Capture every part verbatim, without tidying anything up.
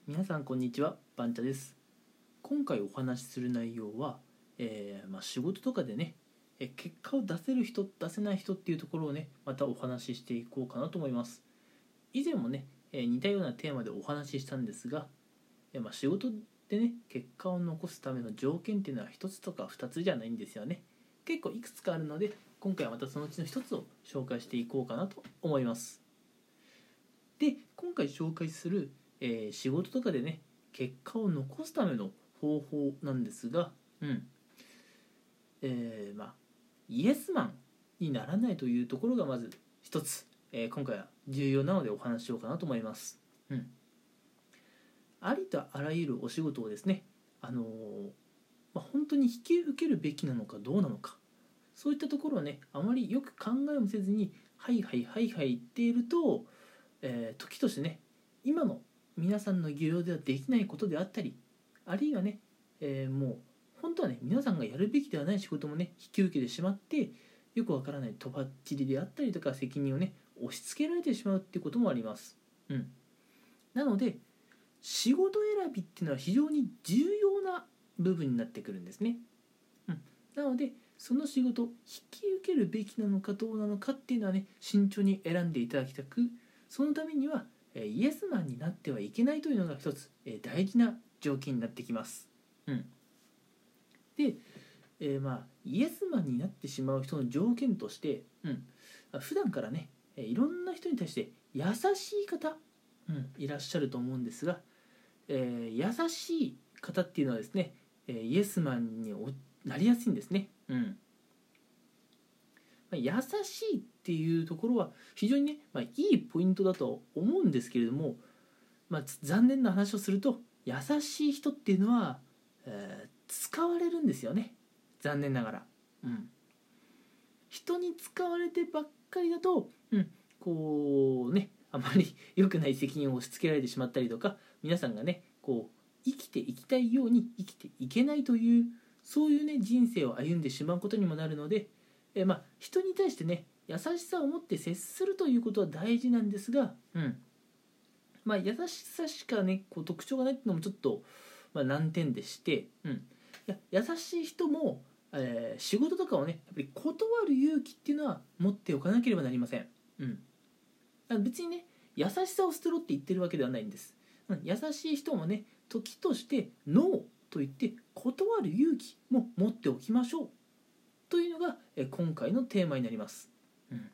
皆さんこんにちは、バンチャです。今回お話しする内容は、えーまあ、仕事とかでね、え結果を出せる人出せない人っていうところをね、またお話ししていこうかなと思います。以前もね、えー似たようなテーマでお話ししたんですが、えーまあ、仕事でね結果を残すための条件っていうのは一つとか二つじゃないんですよね。結構いくつかあるので、今回はまたそのうちの一つを紹介していこうかなと思います。で、今回紹介する、えー仕事とかでね結果を残すための方法なんですが、うんえー、まあイエスマンにならないというところがまず一つ、えー今回は重要なのでお話ししようかなと思います。うん、ありとあらゆるお仕事をですね、あのーまあ、本当に引き受けるべきなのかどうなのか、そういったところをねあまりよく考えもせずにはいはいはいはい言っていると、えー時としてね今の皆さんの技量ではできないことであったり、あるいはね、えーもう本当はね皆さんがやるべきではない仕事もね引き受けてしまって、よくわからないとばっちりであったりとか責任をね押し付けられてしまうっていうこともあります。うん、なので仕事選びっていうのは非常に重要な部分になってくるんですね。うん、なのでその仕事を引き受けるべきなのかどうなのかっていうのはね慎重に選んでいただきたく、そのためにはえイエスマンになってはいけないというのが一つえ大事な条件になってきます。うん、で、えーまあイエスマンになってしまう人の条件として、うん、普段からねえいろんな人に対して優しい方、うん、いらっしゃると思うんですが、えー優しい方っていうのはですね、えーイエスマンになりやすいんですね。うんまあ、優しいっていうところは非常にね、まあ、いいポイントだと思うんですけれども、まあ、残念な話をすると優しい人っていうのは、えー使われるんですよね、残念ながら。うん、人に使われてばっかりだと、うん、こうねあまり良くない責任を押し付けられてしまったりとか、皆さんがねこう生きていきたいように生きていけないという、そういうね人生を歩んでしまうことにもなるので、えまあ人に対してね優しさを持って接するということは大事なんですが、うんまあ、優しさしかねこう特徴がないっていうのもちょっと、まあ、難点でして、うん、いや優しい人も、えー仕事とかをねやっぱり断る勇気っていうのは持っておかなければなりません。うん、だから別にね優しさを捨てろって言ってるわけではないんです。うん、優しい人もね時としてノーと言って断る勇気も持っておきましょうというのが、えー今回のテーマになります。うん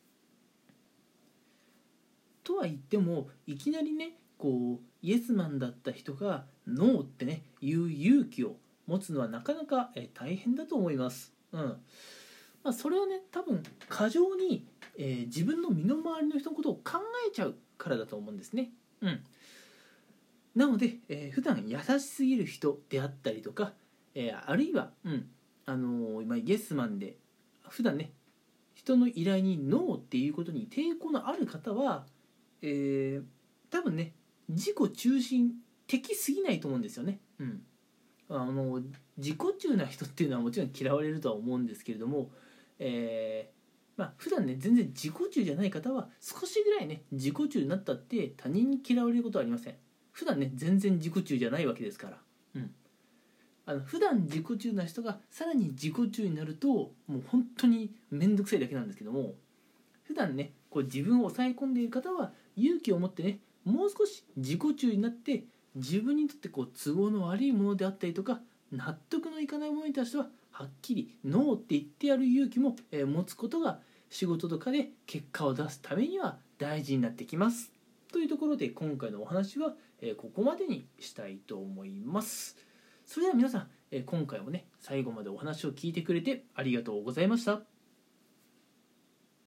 とは言ってもいきなりねこうイエスマンだった人がノーってね言う勇気を持つのはなかなかえ大変だと思います。うんまあ、それはね多分過剰に、えー自分の身の回りの人のことを考えちゃうからだと思うんですね。うん、なので、えー普段優しすぎる人であったりとか、えーあるいは、うんあのーまあ、イエスマンで普段ね人の依頼にノーっていうことに抵抗のある方は、えー多分ね自己中心的すぎないと思うんですよね。うん、あの自己中な人っていうのはもちろん嫌われるとは思うんですけれども、えーまあ普段ね全然自己中じゃない方は少しぐらいね自己中になったって他人に嫌われることはありません。普段ね全然自己中じゃないわけですから。うんあの普段自己中な人がさらに自己中になるともう本当に面倒くさいだけなんですけども、普段ねこう自分を抑え込んでいる方は勇気を持ってねもう少し自己中になって、自分にとってこう都合の悪いものであったりとか納得のいかないものに対してははっきりノーって言ってやる勇気も、えー持つことが仕事とかで結果を出すためには大事になってきますというところで、今回のお話は、えーここまでにしたいと思います。それでは皆さん、えー今回もね最後までお話を聞いてくれてありがとうございました。